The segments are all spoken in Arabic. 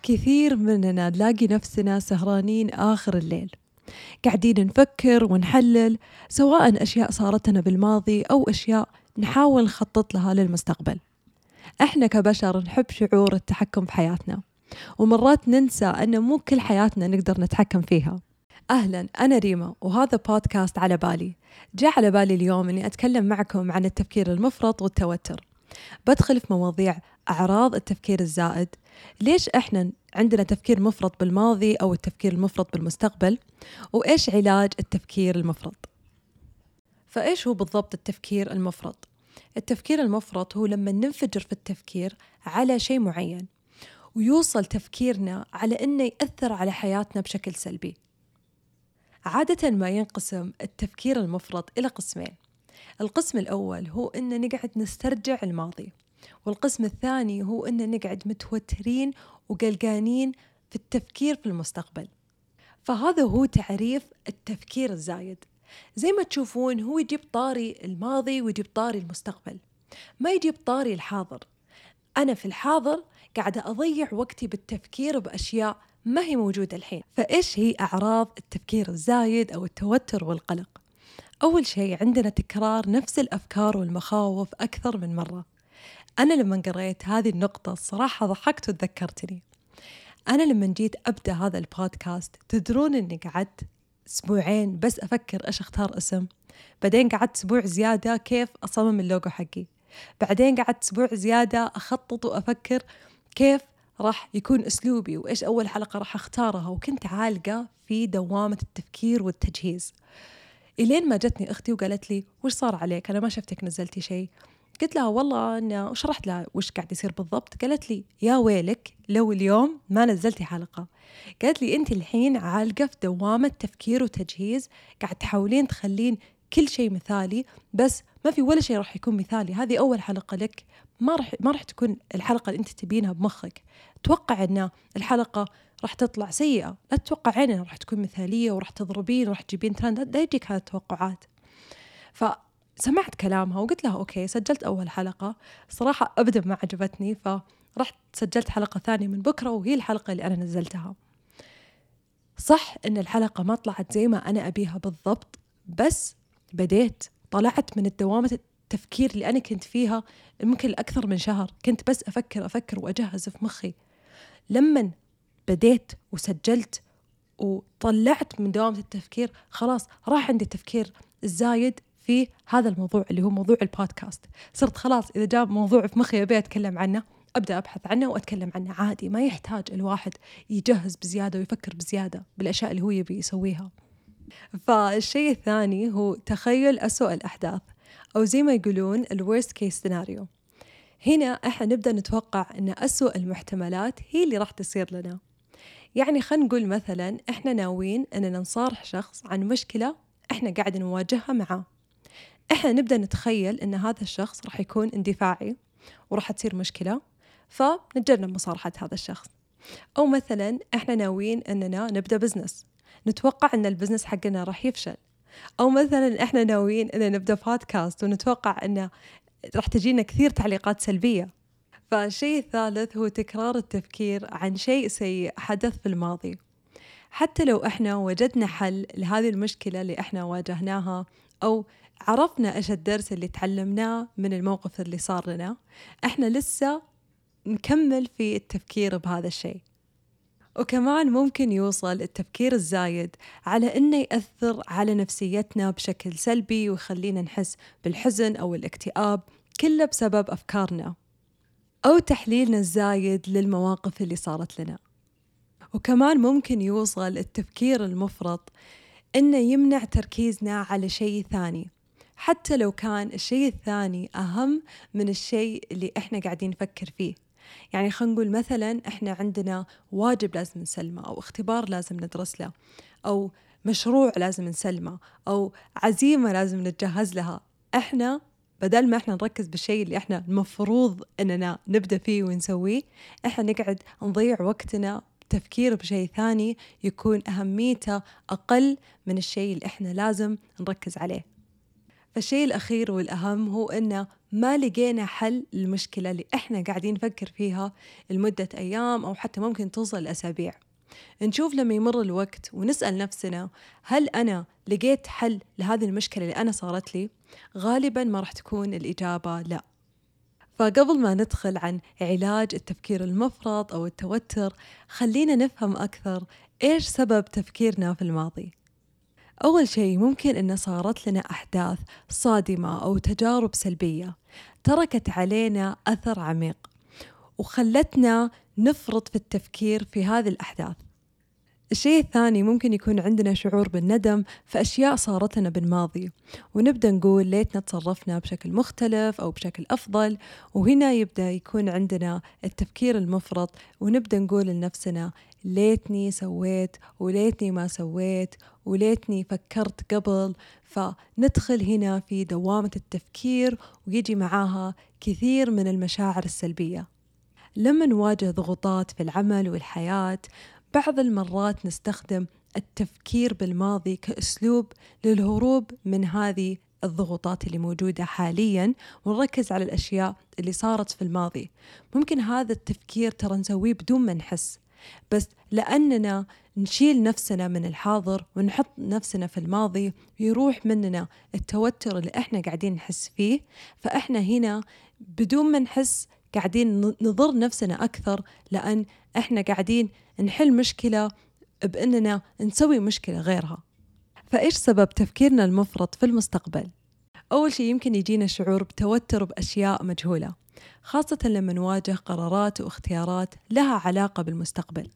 كثير مننا نلاقي نفسنا سهرانين آخر الليل، قاعدين نفكر ونحلل، سواء أشياء صارت لنا بالماضي أو أشياء نحاول نخطط لها للمستقبل. إحنا كبشر نحب شعور التحكم بحياتنا، ومرات ننسى أن مو كل حياتنا نقدر نتحكم فيها. أهلا، أنا ريما وهذا بودكاست على بالي. جاء على بالي اليوم أني أتكلم معكم عن التفكير المفرط والتوتر. بدخل في مواضيع أعراض التفكير الزائد، ليش إحنا عندنا تفكير مفرط بالماضي أو التفكير المفرط بالمستقبل، وإيش علاج التفكير المفرط. فإيش هو بالضبط التفكير المفرط؟ التفكير المفرط هو لما ننفجر في التفكير على شيء معين، ويوصل تفكيرنا على إنه يأثر على حياتنا بشكل سلبي. عادة ما ينقسم التفكير المفرط إلى قسمين. القسم الأول هو إن نقعد نسترجع الماضي، والقسم الثاني هو إن نقعد متوترين وقلقانين في التفكير في المستقبل. فهذا هو تعريف التفكير الزايد. زي ما تشوفون هو يجيب طاري الماضي ويجيب طاري المستقبل، ما يجيب طاري الحاضر. أنا في الحاضر قاعدة أضيع وقتي بالتفكير بأشياء ما هي موجودة الحين. فإيش هي أعراض التفكير الزايد أو التوتر والقلق؟ أول شيء عندنا تكرار نفس الأفكار والمخاوف أكثر من مرة. أنا لما قريت هذه النقطة الصراحة ضحكت وتذكرتني. أنا لما جيت أبدأ هذا البودكاست تدرون أني قعدت أسبوعين بس أفكر إيش أختار اسم، بعدين قعدت أسبوع زيادة كيف أصمم اللوجو حقي، بعدين قعدت أسبوع زيادة أخطط وأفكر كيف راح يكون أسلوبي وإيش أول حلقة راح أختارها، وكنت عالقة في دوامة التفكير والتجهيز. إلين ما جتني أختي وقالت لي وش صار عليك؟ أنا ما شفتك نزلتي شيء. قلت لها والله أنا وشرحت لها وش قاعد يصير بالضبط. قالت لي يا ويلك لو اليوم ما نزلتي حلقة. قالت لي أنت الحين عالقة في دوامة تفكير وتجهيز، قاعد تحاولين تخلين كل شيء مثالي، بس ما في ولا شيء راح يكون مثالي. هذه أول حلقة لك، ما راح تكون الحلقة اللي أنت تبينها بمخك. توقع أن الحلقة راح تطلع سيئة، لا تتوقعين أنها راح تكون مثالية وراح تضربين وراح تجيبين ترند، لا يجيك هذه التوقعات. فسمعت كلامها وقلت لها أوكي. سجلت أول حلقة، صراحة أبدا ما عجبتني، فرحت سجلت حلقة ثانية من بكرة وهي الحلقة اللي أنا نزلتها. صح إن الحلقة ما طلعت زي ما أنا أبيها بالضبط، بس طلعت من الدوامة التفكير اللي أنا كنت فيها ممكن أكثر من شهر. كنت بس أفكر وأجهز في مخي. لمن بديت وسجلت وطلعت من دوامة التفكير، خلاص راح عندي التفكير الزايد في هذا الموضوع اللي هو موضوع البودكاست. صرت خلاص إذا جاء موضوع في مخي أبي أتكلم عنه، أبدأ أبحث عنه وأتكلم عنه عادي. ما يحتاج الواحد يجهز بزيادة ويفكر بزيادة بالأشياء اللي هو يبي يسويها. فالشيء الثاني هو تخيل أسوأ الأحداث، أو زي ما يقولون الworst case scenario. هنا إحنا نبدأ نتوقع أن أسوأ المحتملات هي اللي راح تصير لنا. يعني خلينا نقول مثلا إحنا ناويين أننا نصارح شخص عن مشكلة إحنا قاعد نواجهها معاه. إحنا نبدأ نتخيل أن هذا الشخص راح يكون اندفاعي وراح تصير مشكلة، فنتجنب مصارحة هذا الشخص. أو مثلا إحنا ناويين أننا نبدأ بزنس، نتوقع أن البزنس حقنا راح يفشل. أو مثلا إحنا ناويين أن نبدأ بودكاست ونتوقع أن راح تجينا كثير تعليقات سلبية. فالشيء الثالث هو تكرار التفكير عن شيء سيء حدث في الماضي. حتى لو إحنا وجدنا حل لهذه المشكلة اللي إحنا واجهناها، أو عرفنا إيش الدرس اللي تعلمناه من الموقف اللي صار لنا، إحنا لسه نكمل في التفكير بهذا الشيء. وكمان ممكن يوصل التفكير الزايد على إنه يأثر على نفسيتنا بشكل سلبي ويخلينا نحس بالحزن أو الاكتئاب، كله بسبب أفكارنا أو تحليلنا الزايد للمواقف اللي صارت لنا. وكمان ممكن يوصل التفكير المفرط إنه يمنع تركيزنا على شيء ثاني، حتى لو كان الشيء الثاني أهم من الشيء اللي إحنا قاعدين نفكر فيه. يعني خلينا نقول مثلا إحنا عندنا واجب لازم نسلمه، أو اختبار لازم ندرس له، أو مشروع لازم نسلمه، أو عزيمة لازم نتجهز لها. إحنا بدل ما إحنا نركز بالشيء اللي إحنا المفروض إننا نبدأ فيه ونسويه، إحنا نقعد نضيع وقتنا تفكير بشيء ثاني يكون أهميته أقل من الشيء اللي إحنا لازم نركز عليه. فالشيء الأخير والأهم هو إنه ما لقينا حل للمشكلة اللي إحنا قاعدين نفكر فيها لمدة أيام أو حتى ممكن توصل لأسابيع. نشوف لما يمر الوقت ونسأل نفسنا هل أنا لقيت حل لهذه المشكلة اللي أنا صارت لي؟ غالباً ما راح تكون الإجابة لا. فقبل ما ندخل عن علاج التفكير المفرط أو التوتر، خلينا نفهم أكثر إيش سبب تفكيرنا في الماضي. أول شيء ممكن إن صارت لنا أحداث صادمة أو تجارب سلبية تركت علينا أثر عميق وخلتنا نفرط في التفكير في هذه الأحداث. الشيء الثاني ممكن يكون عندنا شعور بالندم في أشياء صارت لنا بالماضي، ونبدأ نقول ليتنا تصرفنا بشكل مختلف أو بشكل أفضل، وهنا يبدأ يكون عندنا التفكير المفرط، ونبدأ نقول لنفسنا ليتني سويت وليتني ما سويت وليتني فكرت قبل. فندخل هنا في دوامة التفكير ويجي معاها كثير من المشاعر السلبية. لما نواجه ضغوطات في العمل والحياة، بعض المرات نستخدم التفكير بالماضي كأسلوب للهروب من هذه الضغوطات اللي موجودة حالياً، ونركز على الأشياء اللي صارت في الماضي. ممكن هذا التفكير ترى نسويه بدون ما نحس، بس لأننا نشيل نفسنا من الحاضر ونحط نفسنا في الماضي يروح مننا التوتر اللي احنا قاعدين نحس فيه. فاحنا هنا بدون ما نحس قاعدين نضر نفسنا أكثر، لأن احنا قاعدين نحل مشكلة بأننا نسوي مشكلة غيرها. فإيش سبب تفكيرنا المفرط في المستقبل؟ أول شيء يمكن يجينا شعور بتوتر بأشياء مجهولة، خاصة لما نواجه قرارات واختيارات لها علاقة بالمستقبل.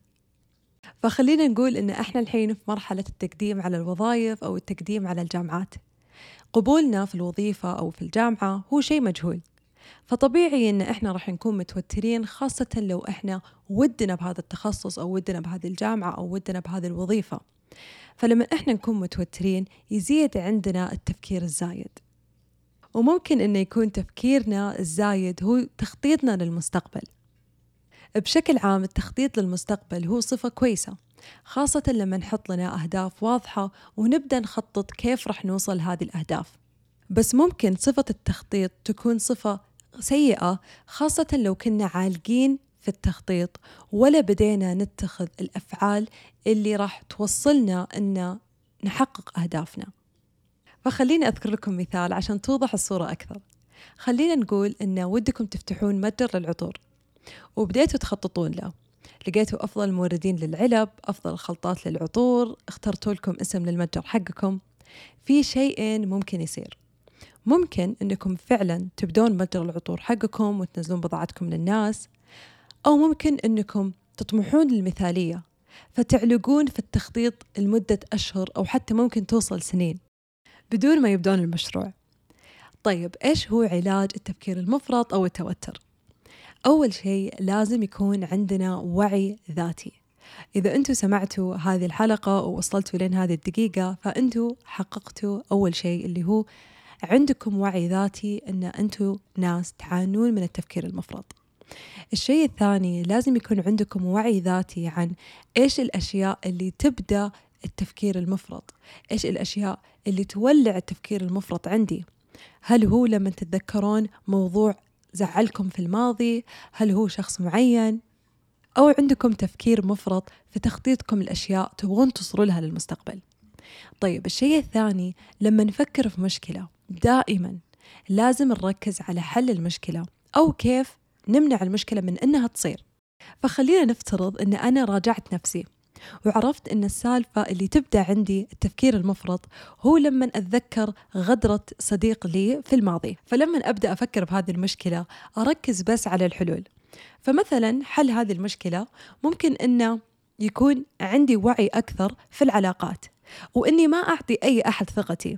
فخلينا نقول إن إحنا الحين في مرحلة التقديم على الوظائف أو التقديم على الجامعات. قبولنا في الوظيفة أو في الجامعة هو شيء مجهول، فطبيعي إن إحنا راح نكون متوترين، خاصة لو إحنا ودنا بهذا التخصص أو ودنا بهذه الجامعة أو ودنا بهذه الوظيفة. فلما إحنا نكون متوترين يزيد عندنا التفكير الزايد، وممكن إنه يكون تفكيرنا الزايد هو تخطيطنا للمستقبل. بشكل عام التخطيط للمستقبل هو صفة كويسة، خاصة لما نحط لنا أهداف واضحة ونبدأ نخطط كيف رح نوصل هذه الأهداف. بس ممكن صفة التخطيط تكون صفة سيئة، خاصة لو كنا عالقين في التخطيط ولا بدينا نتخذ الأفعال اللي راح توصلنا إن نحقق أهدافنا. فخليني أذكر لكم مثال عشان توضح الصورة أكثر. خلينا نقول إن ودكم تفتحون متجر للعطور وبديتوا تخططون له، لقيتوا أفضل موردين للعلب، أفضل خلطات للعطور، اخترتوا لكم اسم للمتجر حقكم. في شيئين ممكن يصير. ممكن أنكم فعلا تبدون متجر العطور حقكم وتنزلون بضاعتكم للناس، أو ممكن أنكم تطمحون للمثالية فتعلقون في التخطيط لمدة أشهر أو حتى ممكن توصل سنين بدون ما يبدون المشروع. طيب إيش هو علاج التفكير المفرط أو التوتر؟ أول شيء لازم يكون عندنا وعي ذاتي. إذا أنتوا سمعتوا هذه الحلقة ووصلتوا لين هذه الدقيقة فأنتوا حققتوا أول شيء، اللي هو عندكم وعي ذاتي أن أنتوا ناس تعانون من التفكير المفرط. الشيء الثاني لازم يكون عندكم وعي ذاتي عن إيش الأشياء اللي تبدأ التفكير المفرط، إيش الأشياء اللي تولع التفكير المفرط عندي. هل هو لما تتذكرون موضوع زعلكم في الماضي؟ هل هو شخص معين؟ أو عندكم تفكير مفرط في تخطيطكم الأشياء تبغون تصلوا لها للمستقبل؟ طيب الشيء الثاني، لما نفكر في مشكلة دائما لازم نركز على حل المشكلة أو كيف نمنع المشكلة من أنها تصير. فخلينا نفترض أن أنا راجعت نفسي وعرفت أن السالفة اللي تبدأ عندي التفكير المفرط هو لما أتذكر غدرة صديق لي في الماضي. فلما أبدأ أفكر بهذه المشكلة أركز بس على الحلول. فمثلا حل هذه المشكلة ممكن أنه يكون عندي وعي أكثر في العلاقات وإني ما أعطي أي أحد ثقتي.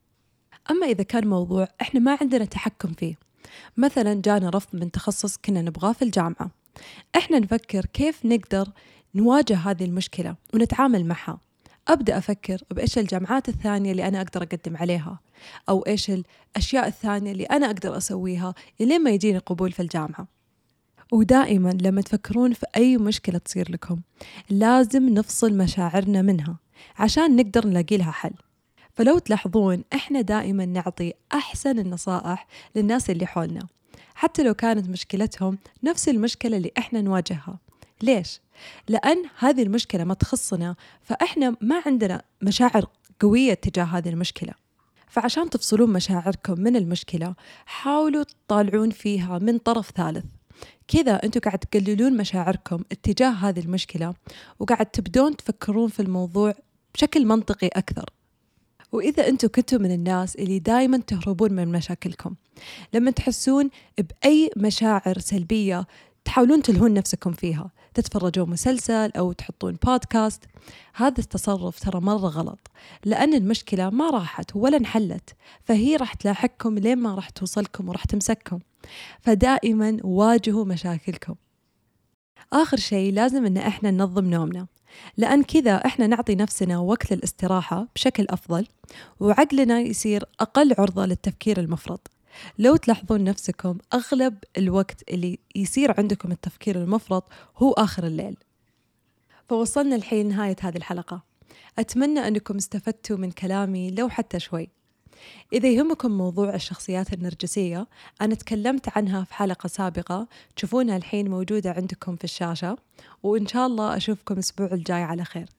أما إذا كان موضوع إحنا ما عندنا تحكم فيه، مثلا جانا رفض من تخصص كنا نبغاه في الجامعة، إحنا نفكر كيف نقدر نواجه هذه المشكلة ونتعامل معها. أبدأ أفكر بإيش الجامعات الثانية اللي أنا أقدر أقدم عليها، أو إيش الأشياء الثانية اللي أنا أقدر أسويها إلين ما يجيني قبول في الجامعة. ودائما لما تفكرون في أي مشكلة تصير لكم لازم نفصل مشاعرنا منها عشان نقدر نلاقي لها حل. فلو تلاحظون إحنا دائما نعطي أحسن النصائح للناس اللي حولنا، حتى لو كانت مشكلتهم نفس المشكلة اللي إحنا نواجهها. ليش؟ لأن هذه المشكلة ما تخصنا، فإحنا ما عندنا مشاعر قوية تجاه هذه المشكلة. فعشان تفصلون مشاعركم من المشكلة، حاولوا تطالعون فيها من طرف ثالث. كذا أنتوا قاعد تقللون مشاعركم اتجاه هذه المشكلة، وقاعد تبدون تفكرون في الموضوع بشكل منطقي أكثر. وإذا أنتوا كنتوا من الناس اللي دايما تهربون من مشاكلكم، لما تحسون بأي مشاعر سلبية تحاولون تلهون نفسكم فيها، تتفرجون مسلسل أو تحطون بودكاست، هذا التصرف ترى مرة غلط، لأن المشكلة ما راحت ولا انحلت، فهي راح تلاحقكم لين ما راح توصلكم وراح تمسككم. فدائما واجهوا مشاكلكم. آخر شيء لازم إن إحنا ننظم نومنا، لأن كذا إحنا نعطي نفسنا وقت للاستراحة بشكل أفضل، وعقلنا يصير أقل عرضة للتفكير المفرط. لو تلاحظون نفسكم أغلب الوقت اللي يصير عندكم التفكير المفرط هو آخر الليل. فوصلنا الحين لنهاية هذه الحلقة، أتمنى أنكم استفدتوا من كلامي لو حتى شوي. إذا يهمكم موضوع الشخصيات النرجسية، أنا تكلمت عنها في حلقة سابقة، تشوفونها الحين موجودة عندكم في الشاشة، وإن شاء الله أشوفكم الأسبوع الجاي على خير.